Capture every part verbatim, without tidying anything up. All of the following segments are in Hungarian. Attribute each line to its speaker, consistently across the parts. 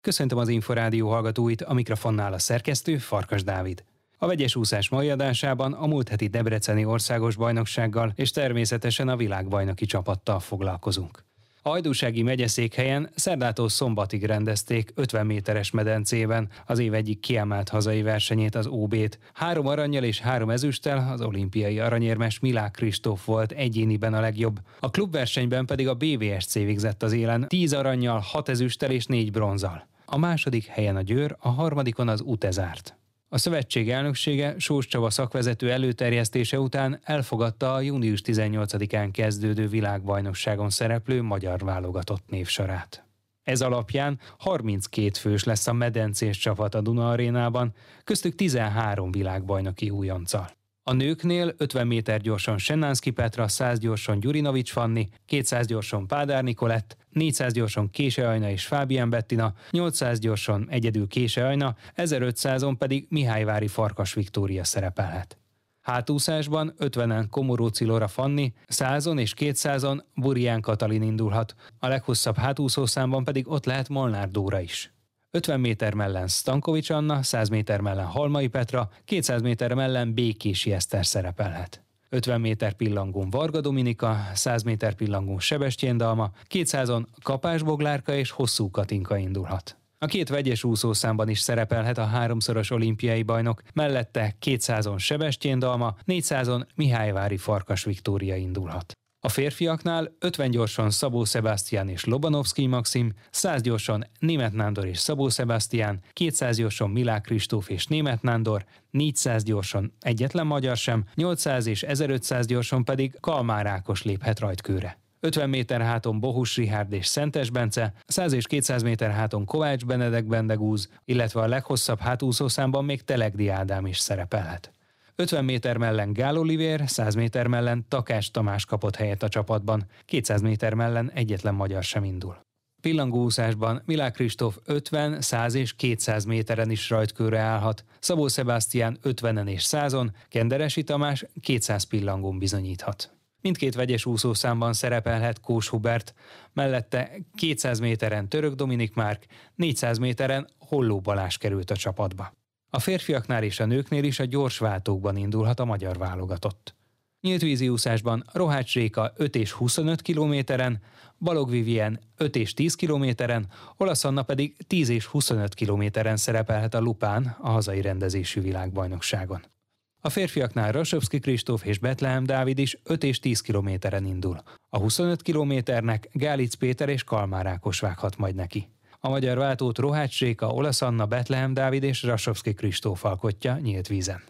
Speaker 1: Köszöntöm az Inforádió hallgatóit, a mikrofonnál a szerkesztő Farkas Dávid. A vegyes úszás mai adásában a múlt heti debreceni országos bajnoksággal és természetesen a világbajnoki csapattal foglalkozunk. A Hajdúsági megyeszékhelyen szerdától szombatig rendezték ötven méteres medencében az év egyik kiemelt hazai versenyét, az ó bét. Három arannyal és három ezüsttel az olimpiai aranyérmes Milák Kristóf volt egyéniben a legjobb. A klubversenyben pedig a bé vé es cé végzett az élen tíz arannyal, hat ezüsttel és négy bronzzal. A második helyen a Győr, a harmadikon az Ute zárt. A szövetség elnöksége Sós Csaba szakvezető előterjesztése után elfogadta a június tizennyolcadikán kezdődő világbajnokságon szereplő magyar válogatott névsorát. Ez alapján harminckét fős lesz a medencés csapat a Duna arénában, köztük tizenhárom világbajnoki újonccal. A nőknél ötven méter gyorsan Sennánszky Petra, száz gyorsan Gyurinovics Fanni, kétszáz gyorsan Pádár Nikolett, négyszáz gyorsan Kése Ajna és Fábián Bettina, nyolcszáz gyorsan egyedül Kése Ajna, ezerötszázon pedig Mihályvári Farkas Viktória szerepelhet. Hátúszásban ötvenen Komoróczi Lora Fanni, százon és kétszázon Burján Katalin indulhat, a leghosszabb hátúszószámban pedig ott lehet Molnár Dóra is. ötven méter mellen Stankovics Anna, száz méter mellen Halmai Petra, kétszáz méter mellen Békési Eszter szerepelhet. ötven méter pillangón Varga Dominika, száz méter pillangón Sebestyén Dalma, kétszázon Kapás Boglárka és Hosszú Katinka indulhat. A két vegyes úszószámban is szerepelhet a háromszoros olimpiai bajnok, mellette kétszázon Sebestyén Dalma, négyszázon Mihályvári Farkas Viktória indulhat. A férfiaknál ötven gyorsan Szabó Sebastian és Lobanovszky Maxim, száz gyorsan Németh Nándor és Szabó Sebastian, kétszáz gyorsan Milák Kristóf és Németh Nándor, négyszáz gyorsan egyetlen magyar sem, nyolcszáz és ezerötszáz gyorsan pedig Kalmár Ákos léphet rajtkőre. ötven méter háton Bohus Richárd és Szentes Bence, száz és kétszáz méter háton Kovács Benedek Bendegúz, illetve a leghosszabb hátúszószámban még Telegdi Ádám is szerepelhet. ötven méter mellen Gál Olivér, száz méter mellen Takács Tamás kapott helyet a csapatban, kétszáz méter mellen egyetlen magyar sem indul. Pillangóúszásban Milák Kristóf ötven, száz és kétszáz méteren is rajtkőre állhat, Szabó Sebastian ötvenen és százon, Kenderesi Tamás kétszáz pillangón bizonyíthat. Mindkét vegyes úszószámban szerepelhet Kós Hubert, mellette kétszáz méteren Török Dominik Márk, négyszáz méteren Holló Balázs került a csapatba. A férfiaknál és a nőknél is a gyors váltókban indulhat a magyar válogatott. Nyíltvízi úszásban Rohács Réka öt és huszonöt kilométeren, Balog Vivien öt és tíz kilométeren, Olasz Anna pedig tíz és huszonöt kilométeren szerepelhet a Lupán, a hazai rendezésű világbajnokságon. A férfiaknál Rasovszky Kristóf és Betlehem Dávid is öt és tíz kilométeren indul. A huszonöt kilométernek Gálic Péter és Kalmár Ákos vághat majd neki. A magyar váltót Rohács Réka, Olasz Anna, Betlehem Dávid és Rasovszky Kristóf alkotja nyílt vízen.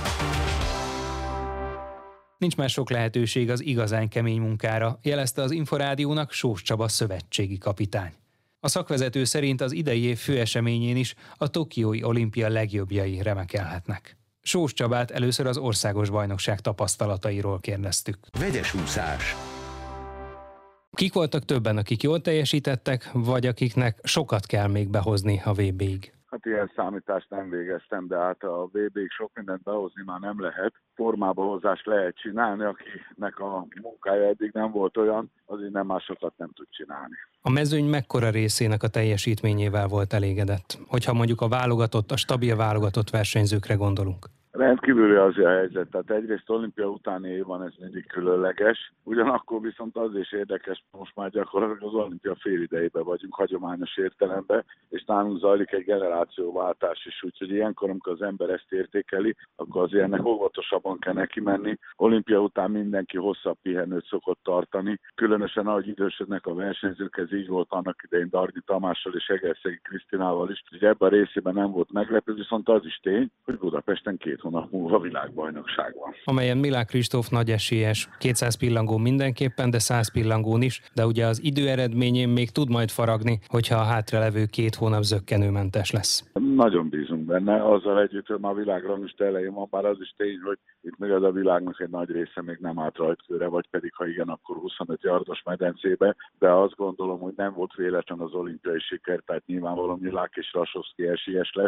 Speaker 1: Nincs már sok lehetőség az igazán kemény munkára, jelezte az Inforádiónak Sós Csaba szövetségi kapitány. A szakvezető szerint az idei év főeseményén is a tokiói olimpia legjobbjai remekelhetnek. Sós Csabát először az országos bajnokság tapasztalatairól kérdeztük.
Speaker 2: Vegyes úszás.
Speaker 1: Kik voltak többen, akik jól teljesítettek, vagy akiknek sokat kell még behozni a vé béig?
Speaker 3: Hát ilyen számítást nem végeztem, de hát a vé béig sok mindent behozni már nem lehet. Formába hozást lehet csinálni, akinek a munkája eddig nem volt olyan, azért nem másokat nem tud csinálni.
Speaker 1: A mezőny mekkora részének a teljesítményével volt elégedett? Hogyha mondjuk a válogatott, a stabil válogatott versenyzőkre gondolunk.
Speaker 3: Rendkívüli az a helyzet, tehát egyrészt olimpia utáni év van, ez mindig különleges, ugyanakkor viszont az is érdekes, most már gyakorlatilag az olimpia félidejében vagyunk hagyományos értelemben, és nálunk zajlik egy generációváltás is, úgyhogy ilyenkor, amikor az ember ezt értékeli, akkor azért ennek óvatosabban kell neki menni. Olimpia után mindenki hosszabb pihenőt szokott tartani, különösen ahogy idősödnek a versenyzők, ez így volt annak idején Dargi Tamással és Egerszegi Krisztinával is, hogy ebben a részében nem volt meglepő, viszont az is tény, hogy Budapesten két hónap múlva világbajnokság van.
Speaker 1: Amelyen Milák Kristóf nagy esélyes, kétszáz pillangón mindenképpen, de száz pillangón is, de ugye az idő eredményén még tud majd faragni, hogyha a hátralevő két hónap zökkenőmentes lesz.
Speaker 3: Nagyon bízunk benne, azzal együtt, hogy már a világranglista elején van, bár az is tény, hogy itt még az a világnak egy nagy része még nem állt rajtkőre, vagy pedig ha igen, akkor huszonöt yardos medencébe, de azt gondolom, hogy nem volt véletlen az olimpiai siker, tehát nyilvánvalóan Milák és Rasovszky esélyes lesz.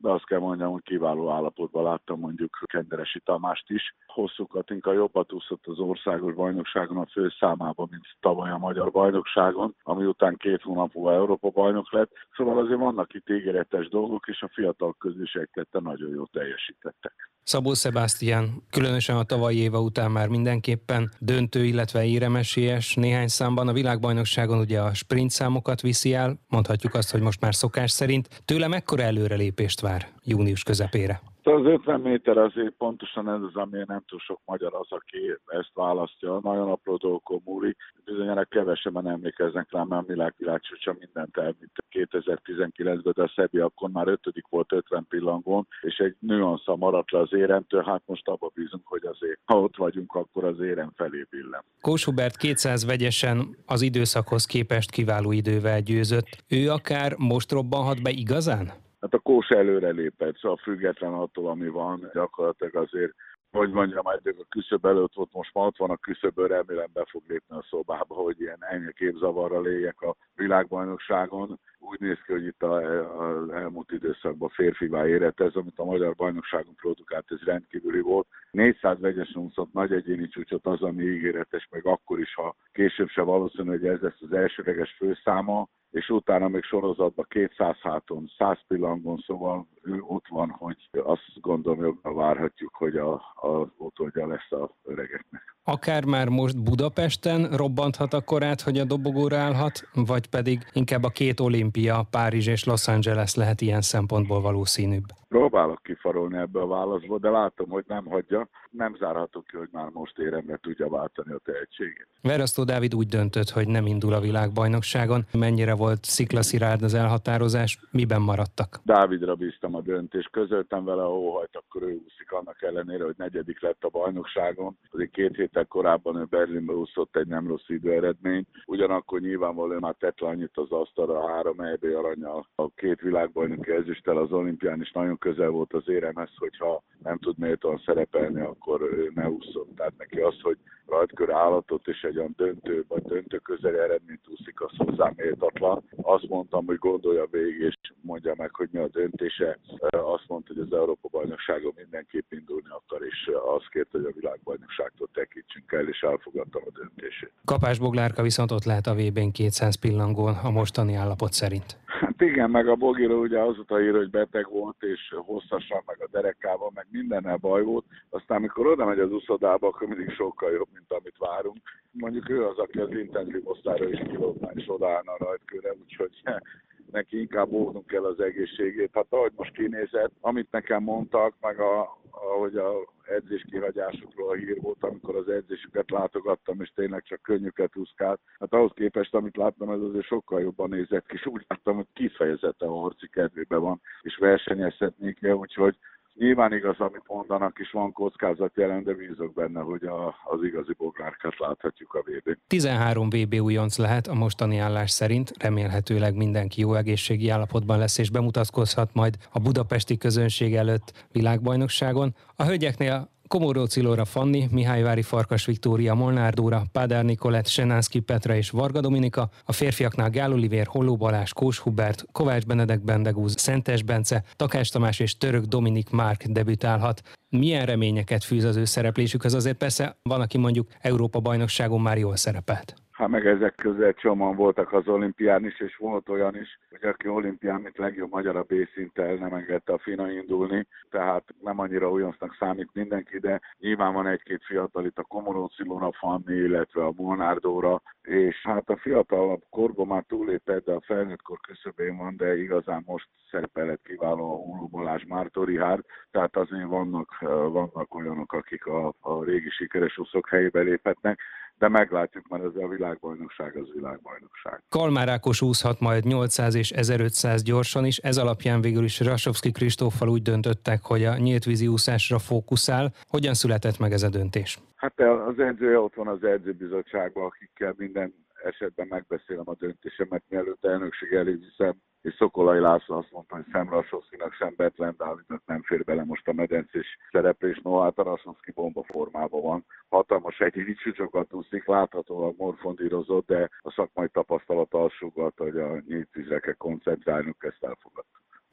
Speaker 3: de azt kell mondjam, hogy kiváló állapotban láttam mondjuk Kenderesi Tamást is. Hosszú Katinka jobbat úszott az országos bajnokságon a főszámában, mint tavaly a magyar bajnokságon, ami után két hónap múlva Európa bajnok lett. Szóval azért vannak itt ígéretes dolgok, és a fiatal közviselkedte nagyon jól teljesítettek.
Speaker 1: Szabó Sebastian különösen a tavalyi éve után már mindenképpen döntő, illetve éremesélyes néhány számban. A világbajnokságon ugye a sprint számokat viszi el, mondhatjuk azt, hogy most már szokás szerint. Tőle mekkora előrelépést vár június közepére?
Speaker 3: Az ötven méter azért pontosan ez az, ami nem túl sok magyar az, aki ezt választja. Nagyon apró dolgokon múlik. Bizonyára kevesebben emlékeznek rá, mert a világvilágcsúcsa mindent elvitt kétezer-tizenkilencben, de a Szebi akkor már ötödik volt ötven pillangón, és egy nüansza maradt le az éremtől. Hát most abba bízunk, hogy azért, ha ott vagyunk, akkor az érem felé billen.
Speaker 1: Kós Hubert kétszáz vegyesen az időszakhoz képest kiváló idővel győzött. Ő akár most robbanhat be igazán?
Speaker 3: Hát a Kós előre lépett, szóval független attól, ami van, gyakorlatilag azért, hogy mondjam, majd a küszöb előtt volt, most már ott van a küszöbön, remélem be fog lépni a szobába, hogy ilyen ennyi képzavarral éljek a világbajnokságon. Úgy néz ki, hogy itt az elmúlt időszakban férfivá érett ez, amit a magyar bajnokságon produkált, ez rendkívüli volt. négyszáz vegyesen úszott nagy egyéni csúcsot, az, ami ígéretes, meg akkor is, ha később se valószínű, hogy ez lesz az elsőleges főszáma, és utána még sorozatban kétszáz háton, száz pillangon, szóval ő ott van, hogy azt gondolom, hogy várhatjuk, hogy a, a utódja lesz az öregeknek.
Speaker 1: Akár már most Budapesten robbanthat a korát, hogy a dobogóra állhat, vagy pedig inkább a két olimpia, Párizs és Los Angeles lehet ilyen szempontból valószínűbb?
Speaker 3: Próbálok kifarolni ebből a válaszból, de látom, hogy nem hagyja. Nem zárhatok ki, hogy már most éremre tudja váltani a tehetségét.
Speaker 1: Verasztó Dávid úgy döntött, hogy nem indul a világbajnokságon. Mennyire volt sziklaszilárd az elhatározás, miben maradtak?
Speaker 3: Dávidra bíztam a döntést, közöltem vele a óhajt, akkor ő úszik annak ellenére, hogy negyedik lett a bajnokságon. Azért két héttel korábban ő Berlinbe úszott egy nem rossz időeredményt. Ugyanakkor nyilvánvalóan már tett le annyit az asztalra, a három é bé arannyal, a két világbajnoki ezüsttel az olimpián is nagyon közel volt az éremhez, hogyha nem tud méltóan szerepelni, akkor ő ne úszott. Tehát neki az, hogy rajtkör állatot és egy olyan döntő vagy döntő közeli eredményt úszik, az hozzá méltatlan. Azt mondtam, hogy gondolja végig, és mondja meg, hogy mi a döntése. Azt mondta, hogy az Európa-bajnokságon mindenképp indulni akar, és azt kérte, hogy a világbajnokságtól tekintsünk el, és elfogadtam a döntését.
Speaker 1: Kapás Boglárka viszont ott lehet a vé bén kétszáz pillangón a mostani állapot szerint.
Speaker 3: Hát igen, meg a Bogiro ugye azóta ír, hogy beteg volt, és hosszasan, meg a derekával, meg mindennel baj volt. Aztán, amikor oda megy az uszodába, akkor mindig sokkal jobb, mint amit várunk. Mondjuk ő az, aki az intenzív osztályra is kilódna, és odaállna a rajtkörre, úgyhogy neki inkább óvnunk kell az egészségét. Hát ahogy most kinézett, amit nekem mondtak, meg a, ahogy a edzés kihagyásokról a hír volt, amikor az edzésüket látogattam, és tényleg csak könnyüket úszkált. Hát ahhoz képest, amit láttam, ez azért sokkal jobban nézett ki, és úgy láttam, hogy kifejezetten a harci kedvében van, és versenyezhetni kell, úgyhogy nyilván igaz, amit mondanak, és van kockázat jelen, de bízok benne, hogy a, az igazi Boglárkát láthatjuk a vé bén.
Speaker 1: tizenhárom vé bé újonc lehet a mostani állás szerint, remélhetőleg mindenki jó egészségi állapotban lesz, és bemutatkozhat majd a budapesti közönség előtt világbajnokságon. A hölgyeknél Komoró Cilóra Fanni, Mihályvári Farkas Viktória, Molnár Dóra, Pádár Nikolett, Senánszky Petra és Varga Dominika, a férfiaknál Gál Olivér, Holló Balázs, Kós Hubert, Kovács Benedek Bendegúz, Szentes Bence, Takács Tamás és Török Dominik Márk debütálhat. Milyen reményeket fűz az ő szereplésükhöz? Azért persze van, aki mondjuk Európa-bajnokságon már jól szerepelt.
Speaker 3: Hát meg ezek közül csomóan voltak az olimpián is, és volt olyan is, hogy aki olimpián, mint legjobb magyar a B-szinttel nem engedte a fina indulni, tehát nem annyira olyansznak számít mindenki, de nyilván van egy-két fiatal itt a Komoró Cilóra Fanni, illetve a Molnár Dóra, és hát a fiatalabb korban már túlépett, de a felnőttkor küszöbén van, de igazán most szerepelett kiváló a Holló Balázs, Mártó Richárd, tehát azért vannak, vannak olyanok, akik a, a régi sikeres úszók helyébe léphetnek, de meglátjuk, mert ez a világbajnokság az világbajnokság.
Speaker 1: Kalmár Ákos úszhat majd nyolcszáz és ezerötszáz gyorsan is, ez alapján végül is Rasovszky Kristóffal úgy döntöttek, hogy a nyíltvízi úszásra fókuszál. Hogyan született meg ez a döntés?
Speaker 3: Hát az edzője ott van az edzőbizottságban, akikkel minden esetben megbeszélem a döntésemet, mielőtt elnökség elé viszem, és Szokolai László azt mondta, hogy sem Rasovszkynak, sem Betlen Dávidnak nem fér bele most a medencés szereplés, no hát a Rasovszky bomba formában van. Hatalmas egyéni csúcsokat úszik, láthatóan morfondírozott, de a szakmai tapasztalat alsógatta, hogy a nyílt vízre kell koncentrálnunk, ezt elfogadtuk.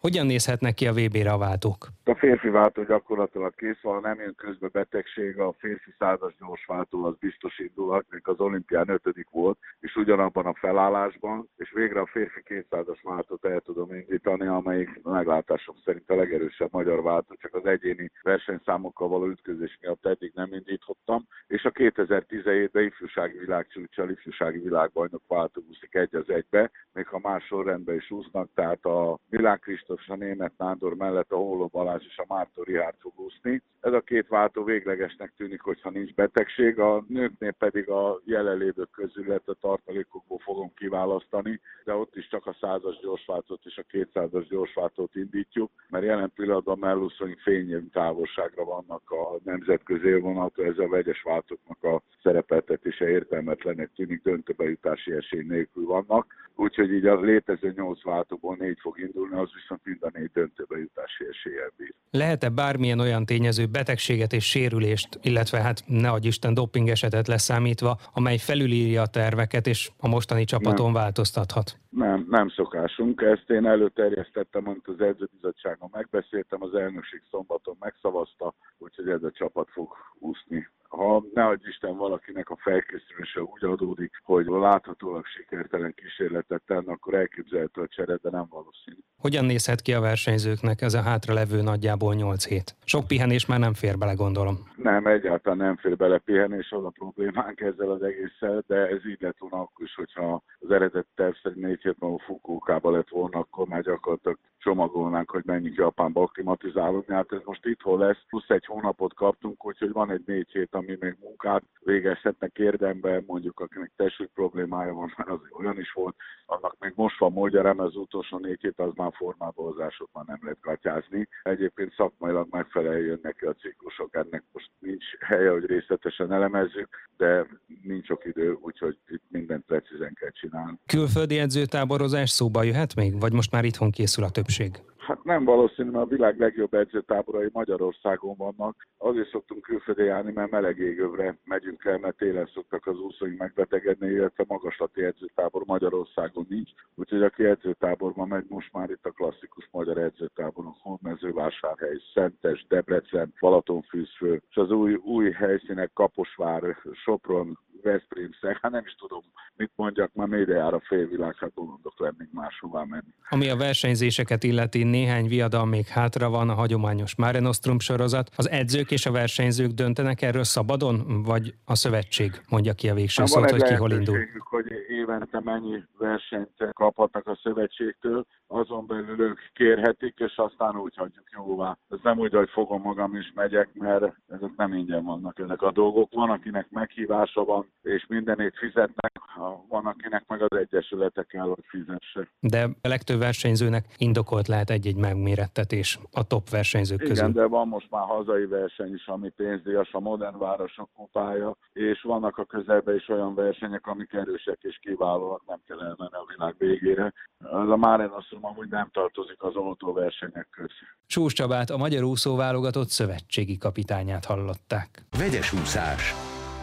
Speaker 1: Hogyan nézhetnek ki a vé bére a váltók?
Speaker 3: A férfi váltó gyakorlatilag kész van, nem jön közbe betegség, a férfi százas gyorsváltó az biztos indulhat, még az olimpián ötödik volt, és ugyanabban a felállásban, és végre a férfi kétszázas váltót el tudom indítani, amelyik meglátásom szerint a legerősebb magyar váltó, csak az egyéni versenyszámokkal való ütközés miatt eddig nem indítottam, és a kétezer-tizenhétben ifjúsági világcsúccsal ifjúsági világbajnok váltó úszik egy az egybe, még ha más sorrendben is úsznak, tehát a Milán Kristóf és a Németh Nándor mellett a Holló Balázs és a Márton Richárd fog úszni. Ez a két váltó véglegesnek tűnik, hogyha nincs betegség, a nőknél pedig a jelenlévők közül, illetve tartalékokból fogom kiválasztani, de ott is csak a százas gyorsváltót és a kétszázas gyorsváltót indítjuk, mert jelen pillanatban mellúszóink fényév távolságra vannak a nemzetközi élvonaltól, ez a vegyes váltóknak a szerepeltetése értelmetlenek tűnik, döntőbe jutási esély nélkül vannak, úgyhogy így a létező nyolc váltóból négy fog indulni, az viszont mind a négy döntőbe jutási eséllyel bír.
Speaker 1: Lehet-e bármilyen olyan tényező, betegséget és sérülést, illetve hát ne adj Isten doping esetet leszámítva, amely felülírja a terveket és a mostani csapaton nem. változtathat?
Speaker 3: Nem, nem szokásunk. Ezt én előterjesztettem, amit az edzőbizottságon megbeszéltem, az elnökség szombaton megszavazta, úgyhogy ez a csapat fog úszni. Ha ne adj Isten valakinek a felkészülése úgy adódik, hogy láthatólag sikertelen kísérletet tenne, akkor elképzelhető a csere, de nem valószínű.
Speaker 1: Hogyan nézhet ki a versenyzőknek ez a hátralevő nagyjából nyolc hét? Sok pihenés már nem fér bele, gondolom.
Speaker 3: Nem, egyáltalán nem fér bele pihenés, az a problémánk ezzel az egésszel, de ez így lett volna akkor is, hogyha az eredeti terv szerint négy hét múlva Fukuokába lett volna, akkor már gyakorlatilag csomagolnánk, hogy menjünk Japánba aklimatizálódni. Hát ez most itthon lesz, plusz egy hónapot kaptunk, úgyhogy van egy négy hét, ami még munkát végezhetnek érdemben, mondjuk akinek testsúly problémája van, már az olyan is volt, annak még most van módja, az utolsó négy hét az már formába hozásot már nem lehet gatyázni. Egyébként szakmailag megfelelően jönnek ki a ciklusok, ennek most nincs helye, hogy részletesen elemezzük, de nincs sok idő, úgyhogy itt mindent precízen kell csinálni.
Speaker 1: Külföldi edzőtáborozás szóba jöhet még, vagy most már itthon készül a többség?
Speaker 3: Hát nem valószínű, mert a világ legjobb edzőtáborai Magyarországon vannak. Azért szoktunk külföldre járni, mert meleg égövre megyünk el, mert télen szoktak az úszóink megbetegedni, illetve magaslati edzőtábor Magyarországon nincs. Úgyhogy aki edzőtáborban megy, most már itt a klasszikus magyar edzőtáborok, Hódmezővásárhely, Szentes, Debrecen, Balatonfürdő, és az új, új helyszínek Kaposvár, Sopron, Veszprém, Szeg, hát nem is tudom, mit mondjak, már mélyre jár a félvilág, hát bolondok lennénk máshová menni.
Speaker 1: Ami a versenyzéseket illeti, néhány viadal még hátra van, a hagyományos Mare Nostrum sorozat. Az edzők és a versenyzők döntenek erről szabadon, vagy a szövetség mondja ki a végső szót, hogy ki hol indul?
Speaker 3: Hogy évente mennyi versenyt kaphatnak a szövetségtől, azon belül ők kérhetik, és aztán úgy hagyjuk jóvá. Ez nem úgy, hogy fogom magam is megyek, mert ezek nem ingyen vannak ezek a dolgok. Van, akinek meghívása van, és mindenét fizetnek, van, akinek meg az egyesületek kell, hogy fizesse.
Speaker 1: De a legtöbb versenyzőnek indokolt lehet egy-egy megmérettetés a top versenyzők
Speaker 3: Igen,
Speaker 1: közül.
Speaker 3: Igen, de van most már hazai verseny is, ami pénzdíjas, a Modern Városok kupája, és vannak a közelben is olyan versenyek, amik erősek és kiválóak, nem kell elmenni a világ végére. Ez a Mare Nostrum amúgy nem tartozik az autóversenyek közé.
Speaker 1: Sós Csabát, a magyar úszóválogatott szövetségi kapitányát hallották.
Speaker 2: Vegyes úszás.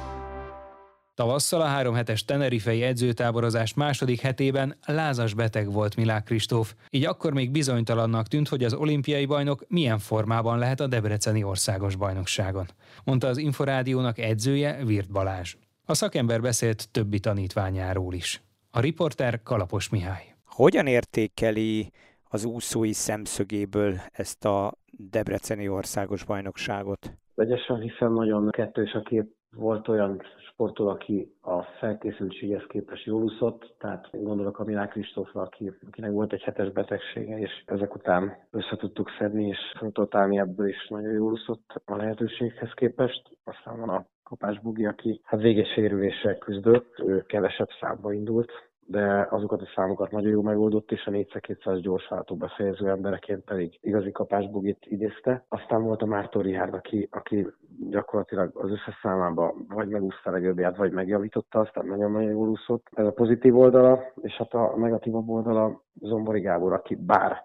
Speaker 1: Tavasszal a három hetes tenerifei edzőtáborozás második hetében lázas beteg volt Milák Kristóf, így akkor még bizonytalannak tűnt, hogy az olimpiai bajnok milyen formában lehet a debreceni országos bajnokságon, mondta az Inforádiónak edzője, Virt Balázs. A szakember beszélt többi tanítványáról is. A riporter Kalapos Mihály.
Speaker 4: Hogyan értékeli az úszói szemszögéből ezt a debreceni országos bajnokságot?
Speaker 5: Vegyesen, hiszen nagyon kettős a kép. Volt olyan sportoló, aki a felkészültséghez képest jól úszott, tehát gondolok a Milák Kristófra, aki, akinek volt egy hetes betegsége, és ezek után össze tudtuk szedni, és totálni ebből is nagyon jól úszott a lehetőséghez képest. Aztán van a Kapás Bugi, aki hát véges sérüléssel küzdött, ő kevesebb számba indult, de azokat a számokat nagyon jól megoldott, és a négyszer-kétszáz gyorsváltó befejező embereként pedig igazi Kapás Bugit idézte. Aztán volt a Márton Richárd, aki, aki gyakorlatilag az összes számában vagy megúszta a legjobbját, vagy megjavította, aztán nagyon-nagyon jól úszott. Ez a pozitív oldala, és hát a negatívabb oldala Zombori Gábor, aki bár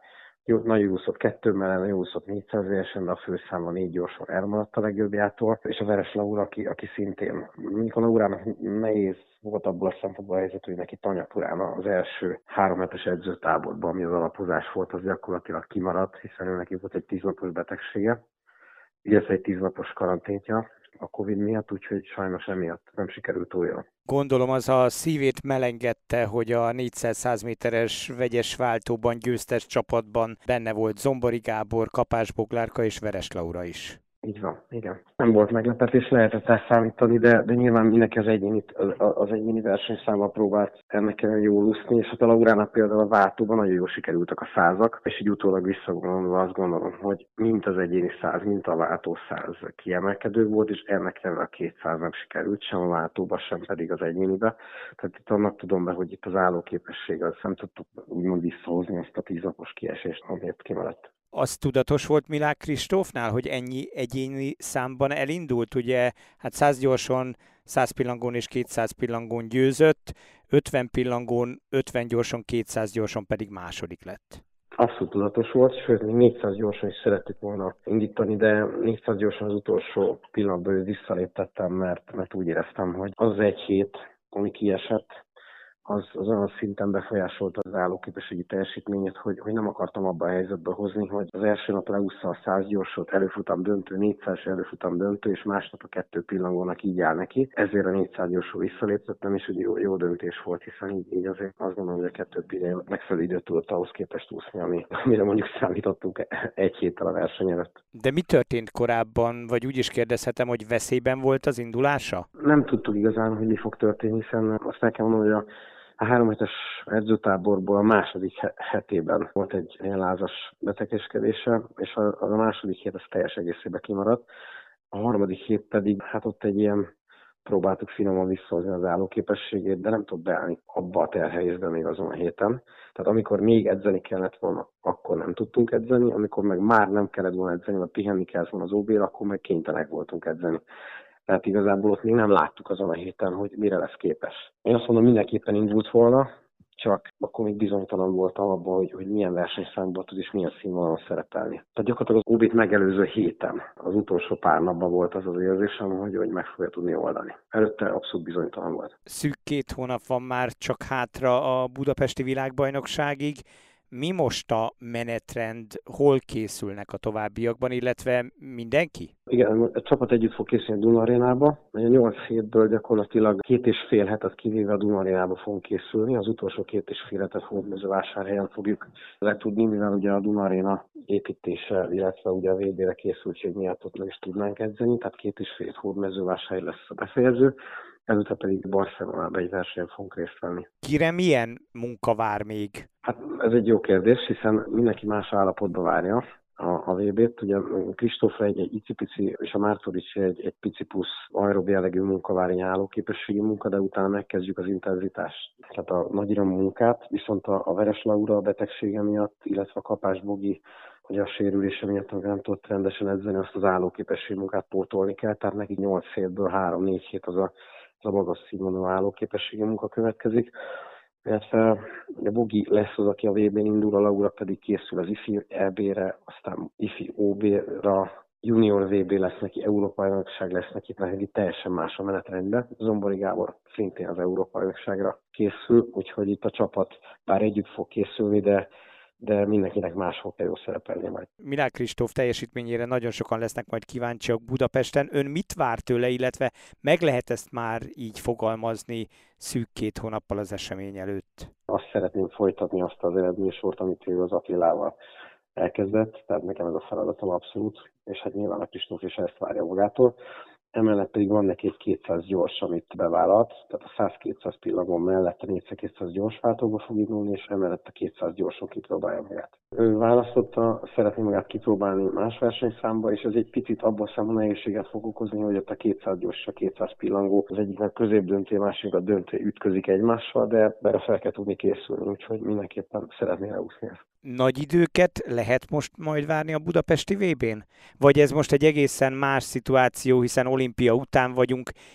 Speaker 5: Jó, nagyon úszott kettő mellett, nagyon úszott négyszáz versenyben, a főszámban négy gyorsan elmaradt a legjobbjától, és a Veres Laura, aki, aki szintén, mondjuk a Laurának nehéz volt abból a szempontból a helyzet, hogy neki Tanyapurán az első három hetes edzőtáborban, ami az alapozás volt, az gyakorlatilag kimaradt, hiszen ő neki volt egy tíznapos betegsége, illetve egy tíznapos karanténja a Covid miatt, úgyhogy sajnos emiatt nem sikerült újra.
Speaker 4: Gondolom az a szívét melengedte, hogy a négyszáz méteres vegyes váltóban győztes csapatban benne volt Zombori Gábor, Kapás Boglárka és Veres Laura is.
Speaker 5: Így van, igen. Nem volt meglepetés, lehetett ezt számítani, de, de nyilván mindenki az egyéni, az, az egyéni versenyszámmal próbált ennek jól úszni, és hát a Laurának például a váltóban nagyon jól sikerültek a százak, és így utólag visszagondolva azt gondolom, hogy mint az egyéni száz, mint a váltó száz kiemelkedő volt, és ennek a kétszáz nem sikerült, sem a váltóba, sem pedig az egyénibe. Tehát itt annak tudom be, hogy itt az állóképesség, az nem tudtuk úgymond visszahozni azt a tíznapos kiesést, amit kimaradt.
Speaker 4: Az tudatos volt Milák Kristófnál, hogy ennyi egyéni számban elindult? Ugye hát száz gyorson, száz pillangón és kétszáz pillangón győzött, ötven pillangón, ötven gyorson, kétszáz gyorson pedig második lett.
Speaker 5: Abszolút tudatos volt, sőt, még négyszáz gyorsan is szerettük volna indítani, de négyszáz gyorsan az utolsó pillanatban visszaléptettem, mert, mert úgy éreztem, hogy az egy hét, ami kiesett, az, az olyan szinten befolyásolta az állóképességi teljesítményet, hogy, hogy nem akartam abba a helyzetbe hozni, hogy az első nap leúszta a száz gyorsot, előfutam döntő, négyszáz előfutam döntő, és másnap a kettő pillangónak így áll neki. Ezért a négyszáz gyorsó visszaléptettem, és egy jó, jó döntés volt, hiszen így, így azért azt gondolom, hogy a kettő pillangó megfelelő időt tudott ahhoz képest úszni, ami, amire mondjuk számítottunk egy héttel a verseny előtt.
Speaker 4: De mi történt korábban, vagy úgy is kérdezhetem, hogy veszélyben volt az indulása?
Speaker 5: Nem tudtuk igazán, hogy mi fog történni, hiszen azt el kell mondanom, hogy a A három hetes edzőtáborból a második hetében volt egy ilyen lázas betegedése, és a, a második hét az teljes egészében kimaradt. A harmadik hét pedig, hát ott egy ilyen próbáltuk finoman visszahozni az állóképességét, de nem tud beállni abba a terhelésbe még azon a héten. Tehát amikor még edzeni kellett volna, akkor nem tudtunk edzeni, amikor meg már nem kellett volna edzeni, mert pihenni kellett volna az ó bé-re, akkor meg kénytelenek voltunk edzeni. Tehát igazából ott még nem láttuk azon a héten, hogy mire lesz képes. Én azt mondom, mindenképpen indult volna, csak akkor még bizonytalan voltam abban, hogy, hogy milyen versenyszámban tud és milyen színvonalon szerepelni. Tehát gyakorlatilag az ó bé-t megelőző héten, az utolsó pár napban volt az az érzésem, hogy, hogy meg fogja tudni oldani. Előtte abszolút bizonytalan volt.
Speaker 4: Szűk két hónap van már csak hátra a budapesti világbajnokságig. Mi most a menetrend, hol készülnek a továbbiakban, illetve mindenki?
Speaker 5: Igen, a csapat együtt fog készülni a Duna Arénába. A nyolc hétből gyakorlatilag két és fél hetet kivéve a Duna Arénába fogunk készülni. Az utolsó két és fél hetet Hódmezővásárhelyen fogjuk letudni, mivel ugye a Duna Aréna építése, illetve ugye a vé bé-re készültség miatt ott meg is tudnánk edzeni, tehát két és fél Hódmezővásárhely lesz a befejező. Ezután pedig Barcelonában egy versenyen fogunk részt venni.
Speaker 4: Kire milyen munka vár még?
Speaker 5: Hát ez egy jó kérdés, hiszen mindenki más állapotba várja a, a vé bé-t. Ugye Kristófra egy, egy icipici, és a Mártorics egy, egy pici plusz aerob jellegű munka várja, állóképességi munka, de utána megkezdjük az intenzitást. Tehát a nagyiramú munkát, viszont a, a Veres Laura a betegsége miatt, illetve a Kapás Bogi, hogy a sérülése miatt nem tudott rendesen edzeni, azt az állóképességi munkát pótolni kell, tehát neki nyolc hétből három-négy hét az a a magas színvonalú állóképességi munka következik. Illetve a Bogi lesz az, aki a vé bén indul, a Laura pedig készül az ifi é bé-re, aztán ifi ó bé-ra, junior vé bé lesz neki, Európa-bajnokság lesz neki, tehát itt teljesen más a menetrendben. Zombori Gábor szintén az Európa-bajnokságra készül, úgyhogy itt a csapat bár együtt fog készülni, de de mindenkinek máshol kell jól szerepelni majd.
Speaker 4: Milák Kristóf teljesítményére nagyon sokan lesznek majd kíváncsiak Budapesten. Ön mit vár tőle, illetve meg lehet ezt már így fogalmazni szűk két hónappal az esemény előtt?
Speaker 5: Azt szeretném folytatni azt az eredménysort, amit ő az Attilával elkezdett, tehát nekem ez a feladatom abszolút, és hát nyilván a Kristóf is ezt várja magától. Emellett pedig van neki egy kétszáz gyors, amit bevállalt, tehát a száz-kétszáz pillangón mellett a négyszáz-kétszáz gyors váltóba fog indulni, és emellett a kétszáz gyorson kipróbálja magát. Ő választotta, szeretné magát kipróbálni más versenyszámba, és ez egy picit abban számon nehézséget fog okozni, hogy ott a kétszáz gyors és a kétszáz pillangó az egyiknek középdöntő, másik a döntő ütközik egymással, de erre fel kell tudni készülni, úgyhogy mindenképpen szeretné leúszni ezt.
Speaker 4: Nagy időket lehet most majd várni a budapesti vé bén? Vagy ez most egy egészen más szituáció, hiszen olimpia után vagyunk,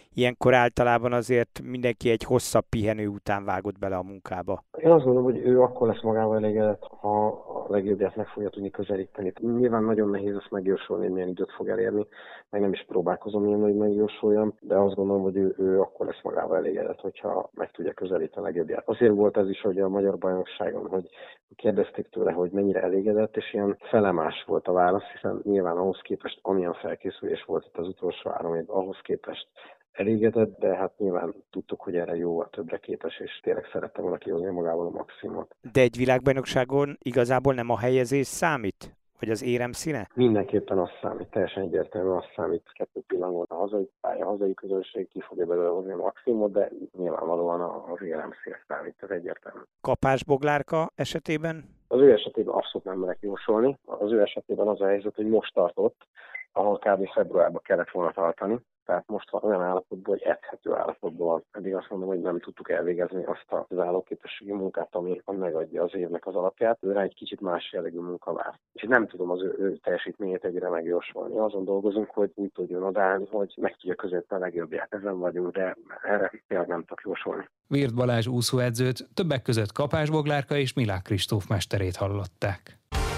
Speaker 4: ilyenkor általában azért mindenki egy hosszabb pihenő után vágott bele a munkába.
Speaker 5: Én azt gondolom, hogy ő akkor lesz magával elégedett, ha a legjobbját meg fogja tudni közelíteni. Nyilván nagyon nehéz ezt megjósolni, hogy milyen időt fog elérni, meg nem is próbálkozom ilyen, hogy megjósoljam, de azt gondolom, hogy ő, ő akkor lesz magával elégedett, hogyha meg tudja közelíteni a legjobbját. Azért volt ez is, hogy a magyar bajnokságon, hogy kérdezték tőle, hogy mennyire elégedett, és ilyen felemás volt a válasz, hiszen nyilván ahhoz képest, amilyen felkészülés volt itt az utolsó három évben, ahhoz képest elégedett, de hát nyilván tudtuk, hogy erre jóval többre képes, és tényleg szerettem volna kihozni magával a maximumot.
Speaker 4: De egy világbajnokságon igazából nem a helyezés számít? Vagy az érem színe?
Speaker 5: Mindenképpen az számít, teljesen egyértelműen az számít. Kettő pillanatban a hazai pálya, a hazai közönség ki fogja belőle hozni a maximumot, de nyilvánvalóan az érem színe számít, ez egyértelmű.
Speaker 4: Kapás-Boglárka esetében?
Speaker 5: Az ő esetében abszolút nem merek jósolni. Az ő esetében az a helyzet, hogy most tartott, ahol kb. Februárban kellett volna tartani. Tehát most van olyan állapotban, hogy edzhető állapotban van. Eddig azt mondom, hogy nem tudtuk elvégezni azt az állóképességi munkát, ami megadja az évnek az alapját. Őre egy kicsit más jellegű munka vár. És nem tudom az ő, ő teljesítményét egyre megjósolni. Azon dolgozunk, hogy úgy tudjon odállni, hogy meg tudja között a legjobbját. Ezen vagyunk, de erre tényleg nem tudok jósolni.
Speaker 1: Virth Balázs úszóedzőt, többek között Kapás-Boglárka és Milák Kristóf mesterét hallották.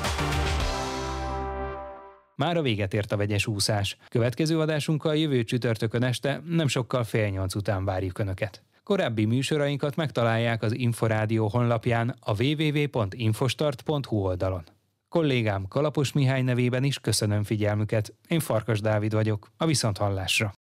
Speaker 1: Már a véget ért a vegyes úszás. Következő adásunkkal jövő csütörtökön este nem sokkal fél nyolc után várjuk Önöket. Korábbi műsorainkat megtalálják az Inforádió honlapján a double-u double-u double-u pont infostart pont hu oldalon. Kollégám Kalapos Mihály nevében is köszönöm figyelmüket. Én Farkas Dávid vagyok, a viszonthallásra.